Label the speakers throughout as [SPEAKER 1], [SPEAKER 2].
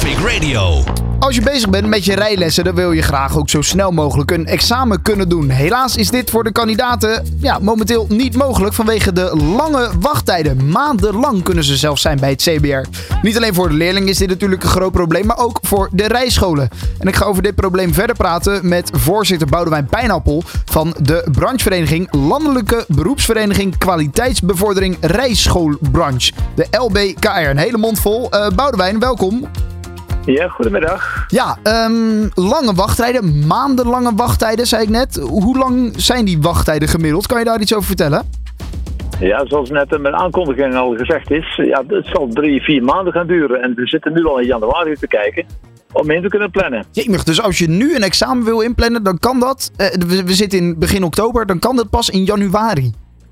[SPEAKER 1] Traffic Radio.
[SPEAKER 2] Als je bezig bent met je rijlessen, dan wil je graag ook zo snel mogelijk een examen kunnen doen. Helaas is dit voor de kandidaten momenteel niet mogelijk vanwege de lange wachttijden. Maandenlang kunnen ze zelfs zijn bij het CBR. Niet alleen voor de leerling is dit natuurlijk een groot probleem, maar ook voor de rijscholen. En ik ga over dit probleem verder praten met voorzitter Boudewijn Pijnappel van de branchevereniging Landelijke Beroepsvereniging Kwaliteitsbevordering Rijschoolbranche. De LBKR. Een hele mond vol. Boudewijn, welkom.
[SPEAKER 3] Ja, goedemiddag.
[SPEAKER 2] Ja, lange wachttijden, maandenlange wachttijden, zei ik net. Hoe lang zijn die wachttijden gemiddeld? Kan je daar iets over vertellen?
[SPEAKER 3] Ja, zoals net in mijn aankondiging al gezegd is, het zal 3-4 maanden gaan duren. En we zitten nu al in januari te kijken om in te kunnen plannen.
[SPEAKER 2] Jemig, dus als je nu een examen wil inplannen, dan kan dat. We zitten in begin oktober, dan kan dat pas in januari.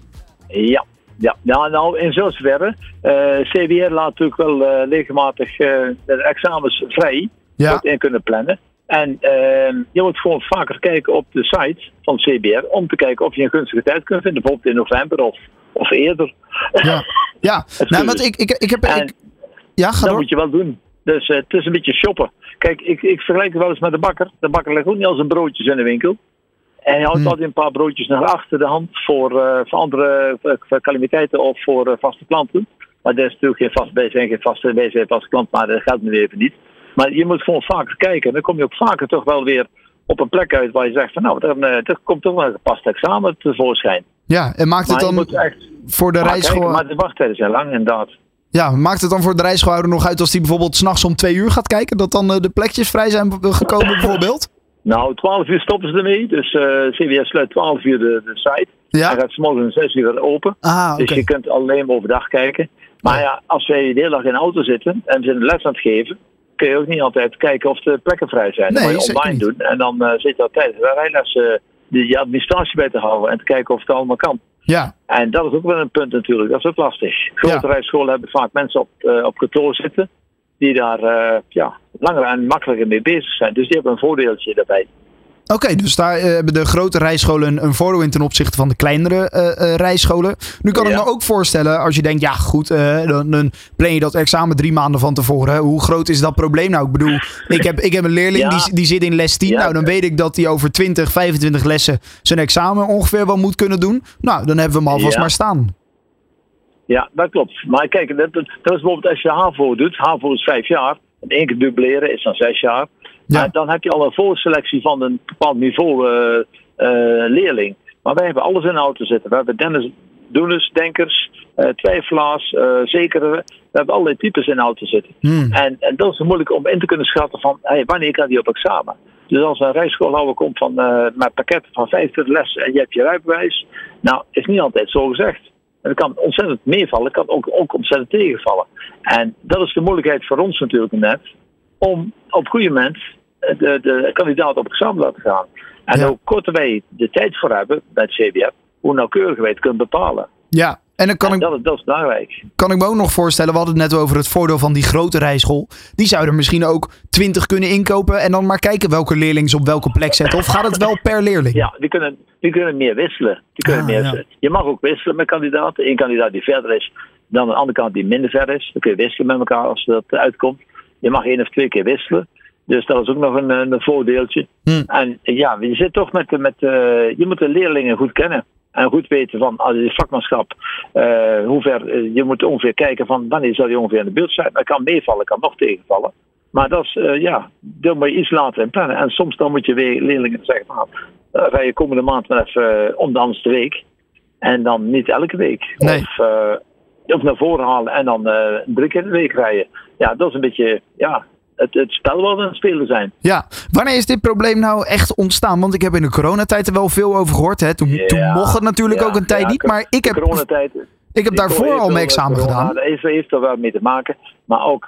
[SPEAKER 3] Ja, nou in zoverre. CBR laat natuurlijk wel regelmatig de examens vrij. In kunnen plannen. En je moet gewoon vaker kijken op de site van CBR om te kijken of je een gunstige tijd kunt vinden. Bijvoorbeeld in november of eerder.
[SPEAKER 2] Ja. Nou, want ik heb... ga door.
[SPEAKER 3] Dat moet je wel doen. Dus het is een beetje shoppen. Kijk, ik vergelijk het wel eens met de bakker. De bakker legt ook niet al zijn broodjes in de winkel. En je houdt altijd een paar broodjes naar achter de hand voor andere calamiteiten of voor vaste klanten. Maar dat is natuurlijk geen vaste klant, maar dat geldt nu even niet. Maar je moet gewoon vaker kijken. En dan kom je ook vaker toch wel weer op een plek uit waar je zegt van er komt toch wel een gepast examen tevoorschijn.
[SPEAKER 2] Ja, en maakt het dan voor de rijschool...
[SPEAKER 3] Maar de wachttijden zijn lang inderdaad.
[SPEAKER 2] Ja, maakt het dan voor de rijschoolhouder nog uit als die bijvoorbeeld 's nachts om 2 uur gaat kijken? Dat dan de plekjes vrij zijn gekomen bijvoorbeeld?
[SPEAKER 3] Nou, 12 uur stoppen ze ermee. Dus CBS sluit 12 uur de site. Ja? En gaat 's morgens om 6 uur open. Dus je kunt alleen maar overdag kijken. Maar als wij de hele dag in de auto zitten en we zijn de les aan het geven, kun je ook niet altijd kijken of de plekken vrij zijn.
[SPEAKER 2] Nee,
[SPEAKER 3] dat moet je online doen. En dan zit je tijdens de rijles de administratie bij te houden en te kijken of het allemaal kan.
[SPEAKER 2] Ja.
[SPEAKER 3] En dat is ook wel een punt natuurlijk. Dat is ook lastig. Grote rijscholen hebben vaak mensen op kantoor zitten die daar langer en makkelijker mee bezig zijn. Dus die hebben een voordeeltje daarbij. Oké,
[SPEAKER 2] dus daar hebben de grote rijscholen een voordeel in ten opzichte van de kleinere rijscholen. Nu kan ik me ook voorstellen, als je denkt, dan plan je dat examen 3 maanden van tevoren. Hoe groot is dat probleem nou? Ik bedoel, ik heb een leerling die zit in les 10. Ja, dan weet ik dat hij over 20, 25 lessen zijn examen ongeveer wel moet kunnen doen. Nou, dan hebben we hem alvast maar staan.
[SPEAKER 3] Ja, dat klopt. Maar kijk, dat is bijvoorbeeld als je HAVO doet. HAVO is 5 jaar. En 1 keer dubleren is dan 6 jaar. Ja. Dan heb je al een voorselectie van een bepaald niveau leerling. Maar wij hebben alles in de auto zitten. We hebben doeners, denkers, twijfelaars, zekere. We hebben allerlei types in de auto zitten. En dat is moeilijk om in te kunnen schatten van wanneer kan die op examen. Dus als een rijschoolhouder komt met pakketten van 50 lessen en je hebt je rijbewijs. Nou, is niet altijd zo gezegd. En het kan ontzettend meevallen, het kan ook ontzettend tegenvallen. En dat is de moeilijkheid voor ons natuurlijk net. Om op een goede moment de kandidaat op examen te laten gaan. En hoe korter wij de tijd voor hebben bij het CBR, hoe nauwkeuriger wij het kunnen bepalen.
[SPEAKER 2] Ja, en dan
[SPEAKER 3] dat is belangrijk.
[SPEAKER 2] Kan ik me ook nog voorstellen, we hadden het net over het voordeel van die grote rijschool. Die zouden misschien ook 20 kunnen inkopen en dan maar kijken welke leerling ze op welke plek zetten. Of gaat het wel per leerling?
[SPEAKER 3] Ja, die kunnen meer wisselen. Je mag ook wisselen met kandidaten. Eén kandidaat die verder is dan een andere kant die minder ver is. Dan kun je wisselen met elkaar als dat uitkomt. Je mag 1 of 2 keer wisselen. Dus dat is ook nog een voordeeltje. En je zit toch je moet de leerlingen goed kennen. En goed weten van het vakmanschap. Je moet ongeveer kijken van wanneer zal je ongeveer in de buurt zijn. Dat kan meevallen, kan nog tegenvallen. Maar dat is, dat moet je iets later in plannen. En soms dan moet je weer leerlingen zeggen van rij je komende maand maar even om de andere week. En dan niet elke week.
[SPEAKER 2] Nee.
[SPEAKER 3] Of naar voren halen en dan 3 keer in de week rijden. Ja, dat is een beetje het spel wat we aan het spelen zijn.
[SPEAKER 2] Ja, wanneer is dit probleem nou echt ontstaan? Want ik heb in de coronatijd er wel veel over gehoord. Hè? Toen mocht het natuurlijk ook een tijd niet. Maar ik heb daarvoor al mijn examen gedaan.
[SPEAKER 3] Dat heeft er wel mee te maken. Maar ook,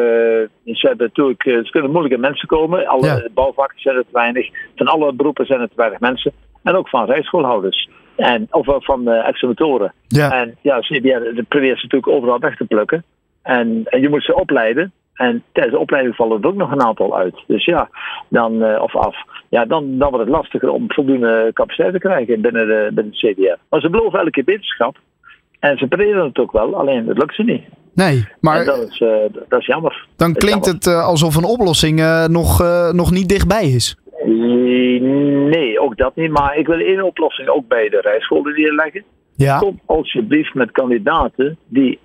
[SPEAKER 3] ze kunnen moeilijke mensen komen. Alle bouwvakken zijn er te weinig. Van alle beroepen zijn er te weinig mensen. En ook van rijschoolhouders. Of van examinatoren. Ja. En CBR probeert ze natuurlijk overal weg te plukken. En je moet ze opleiden. En tijdens de opleiding vallen er ook nog een aantal uit. Dus dan wordt het lastiger om voldoende capaciteit te krijgen binnen het CBR. Maar ze beloven elke keer beterschap.
[SPEAKER 2] Ja.
[SPEAKER 3] En ze proberen het ook wel, alleen het lukt ze niet.
[SPEAKER 2] Nee, maar
[SPEAKER 3] En dat is jammer.
[SPEAKER 2] dan klinkt het alsof een oplossing nog niet dichtbij is.
[SPEAKER 3] Nee, ook dat niet. Maar ik wil één oplossing ook bij de rijscholen neerleggen.
[SPEAKER 2] Ja.
[SPEAKER 3] Kom alsjeblieft met kandidaten die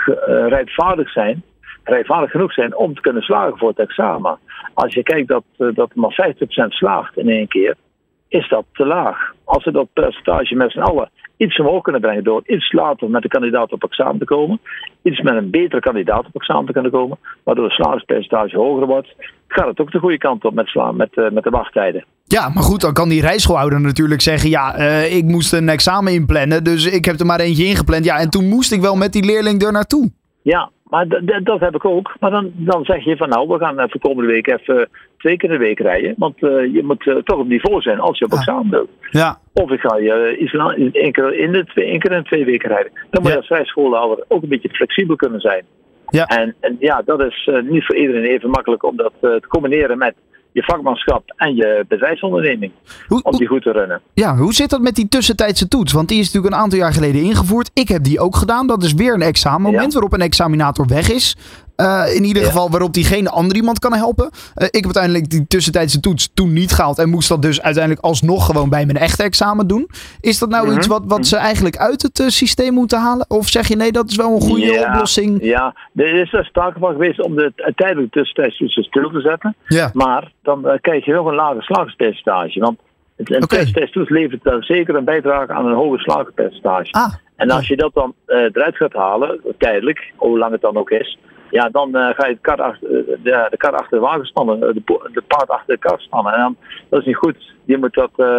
[SPEAKER 3] rijvaardig genoeg zijn om te kunnen slagen voor het examen. Als je kijkt dat maar 50% slaagt in één keer, is dat te laag. Als we dat percentage met z'n allen iets omhoog kunnen brengen door iets later met de kandidaat op examen te komen, iets met een betere kandidaat op examen te kunnen komen, waardoor het slagingspercentage hoger wordt, gaat het ook de goede kant op met de wachttijden.
[SPEAKER 2] Ja, maar goed, dan kan die rijschoolhouder natuurlijk zeggen, ik moest een examen inplannen, dus ik heb er maar eentje ingepland. Ja, en toen moest ik wel met die leerling er naartoe.
[SPEAKER 3] Ja, maar dat heb ik ook. Maar dan zeg je van we gaan voor komende week even 2 keer in de week rijden. Want je moet toch op niveau zijn als je op examen wilt.
[SPEAKER 2] Ja.
[SPEAKER 3] Of ik ga je één keer in 2 weken rijden. Dan moet je als rijschoolhouder ook een beetje flexibel kunnen zijn.
[SPEAKER 2] Ja.
[SPEAKER 3] En dat is niet voor iedereen even makkelijk om dat te combineren met je vakmanschap en je bedrijfsonderneming. Om die goed te runnen.
[SPEAKER 2] Ja, hoe zit dat met die tussentijdse toets? Want die is natuurlijk een aantal jaar geleden ingevoerd. Ik heb die ook gedaan. Dat is weer een examenmoment waarop een examinator weg is. In ieder geval waarop die geen ander iemand kan helpen. Ik heb uiteindelijk die tussentijdse toets toen niet gehaald. En moest dat dus uiteindelijk alsnog gewoon bij mijn echte examen doen. Is dat nou iets wat ze eigenlijk uit het systeem moeten halen? Of zeg je nee, dat is wel een goede oplossing?
[SPEAKER 3] Ja, er is er sprake van geweest om de tijdelijke tussentijdse toetsen stil te zetten. Ja. Maar dan krijg je nog een lager slagingspercentage. Want een tussentijdse toets levert dan zeker een bijdrage aan een hoger slagingspercentage. En als je dat dan eruit gaat halen, tijdelijk, hoe lang het dan ook is, ja, dan ga je de kar achter de wagen spannen, de paard achter de kar spannen. En dan, dat is niet goed. Je moet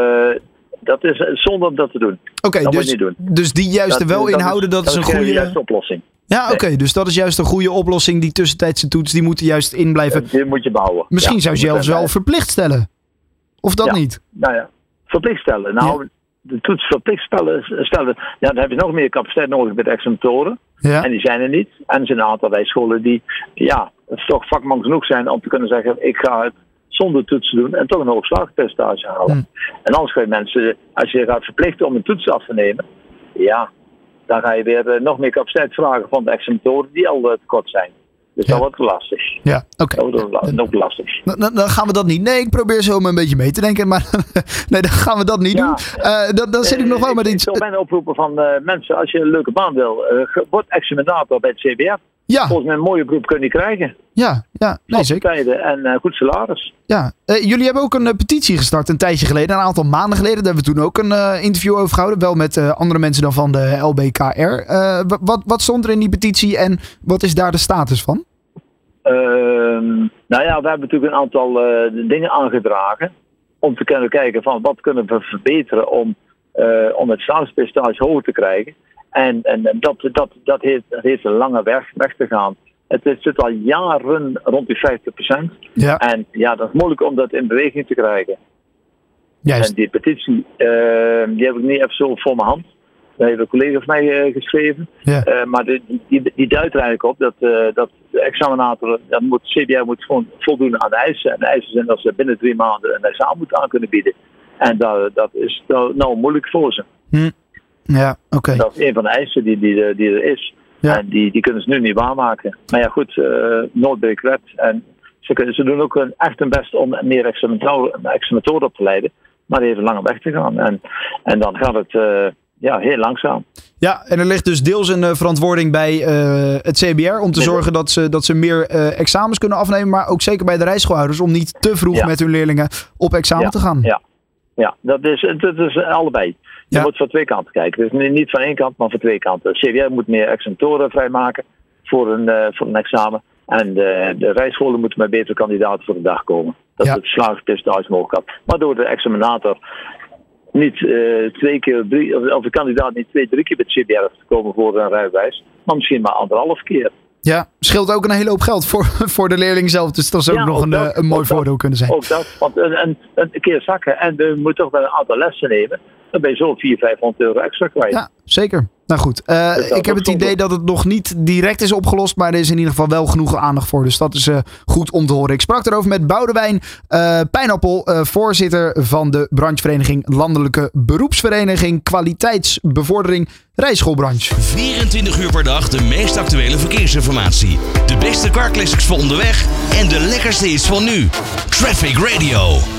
[SPEAKER 3] dat is zonde om dat te doen.
[SPEAKER 2] Oké,
[SPEAKER 3] dat moet je niet doen.
[SPEAKER 2] Dus die juist er wel inhouden, dat is een goede
[SPEAKER 3] juiste oplossing.
[SPEAKER 2] Ja, oké, dus dat is juist een goede oplossing. Die tussentijdse toets, die moeten juist in blijven.
[SPEAKER 3] Die moet je bouwen.
[SPEAKER 2] Misschien zou je zelfs wel verplicht stellen. Of dat niet?
[SPEAKER 3] Nou ja, verplicht stellen. Nou, de toets verplicht stellen, dan heb je nog meer capaciteit nodig bij de examinatoren. Ja. En die zijn er niet. En er zijn een aantal rijscholen die toch vakman genoeg zijn om te kunnen zeggen, ik ga het zonder toetsen doen en toch een hoog slagingspercentage halen. En anders ga je mensen, als je gaat verplichten om een toets af te nemen, dan ga je weer nog meer capaciteit vragen van de examinatoren die al tekort zijn. Dus dat wordt lastig.
[SPEAKER 2] Ja, oké.
[SPEAKER 3] Dat wordt nog lastig.
[SPEAKER 2] Dan gaan we dat niet. Nee, ik probeer zo een beetje mee te denken. Maar nee, dan gaan we dat niet doen. Dan zit ik nog wel met iets.
[SPEAKER 3] Ik zou bijna oproepen van mensen, als je een leuke baan wil, word examinator bij het CBR.
[SPEAKER 2] Ja.
[SPEAKER 3] Volgens mij een mooie beroep kun je krijgen.
[SPEAKER 2] Ja, nee, zeker.
[SPEAKER 3] Tijden en goed salaris.
[SPEAKER 2] Ja. Jullie hebben ook een petitie gestart een tijdje geleden, een aantal maanden geleden. Daar hebben we toen ook een interview over gehouden. Wel met andere mensen dan van de LBKR. Wat stond er in die petitie en wat is daar de status van?
[SPEAKER 3] We hebben natuurlijk een aantal dingen aangedragen. Om te kunnen kijken van wat kunnen we verbeteren om het slagingspercentage hoger te krijgen. En dat heeft een lange weg te gaan. Het zit al jaren rond die 50%. Ja. En dat is moeilijk om dat in beweging te krijgen. Juist. En die petitie, die heb ik niet even zo voor mijn hand. Daar heeft een collega van mij geschreven. Ja. Maar die duidt er eigenlijk op dat de examinator, CBR moet gewoon voldoen aan de eisen. En de eisen zijn dat ze binnen 3 maanden een examen moeten aan kunnen bieden. En dat is nou moeilijk voor ze.
[SPEAKER 2] Ja, oké.
[SPEAKER 3] Dat is een van de eisen die er is. Ja. En die kunnen ze nu niet waarmaken. Maar ja, goed, Noordbeek wet. En ze doen ook echt hun best om meer examinatoren op te leiden. Maar die heeft een lange weg te gaan. En dan gaat het heel langzaam.
[SPEAKER 2] Ja, en er ligt dus deels een verantwoording bij het CBR om te zorgen dat ze meer examens kunnen afnemen. Maar ook zeker bij de rijschoolhouders om niet te vroeg met hun leerlingen op examen te gaan.
[SPEAKER 3] Ja, dat is allebei. Je moet van 2 kanten kijken. Dus niet van 1 kant, maar van 2 kanten. De CBR moet meer examinatoren vrijmaken voor een examen. En de rijscholen moeten met betere kandidaten voor de dag komen. Dat het slagingspercentage omhoog gaat. Maar door de examinator niet 2 keer, of de kandidaat niet 2-3 keer bij het CBR te komen voor een rijbewijs. Maar misschien maar 1,5 keer.
[SPEAKER 2] Ja, scheelt ook een hele hoop geld voor de leerling zelf. Dus dat zou ook nog een mooi voordeel kunnen zijn.
[SPEAKER 3] Ook dat, want een keer zakken en we moeten toch wel een aantal lessen nemen. dan ben je zo 400-500 euro extra kwijt.
[SPEAKER 2] Ja, zeker. Nou goed, ik heb het idee dat het nog niet direct is opgelost, maar er is in ieder geval wel genoeg aandacht voor. Dus dat is goed om te horen. Ik sprak erover met Boudewijn Pijnappel, voorzitter van de branchevereniging Landelijke Beroepsvereniging Kwaliteitsbevordering Rijschoolbranche.
[SPEAKER 1] 24 uur per dag de meest actuele verkeersinformatie. De beste car classics voor onderweg en de lekkerste hits van nu. Traffic Radio.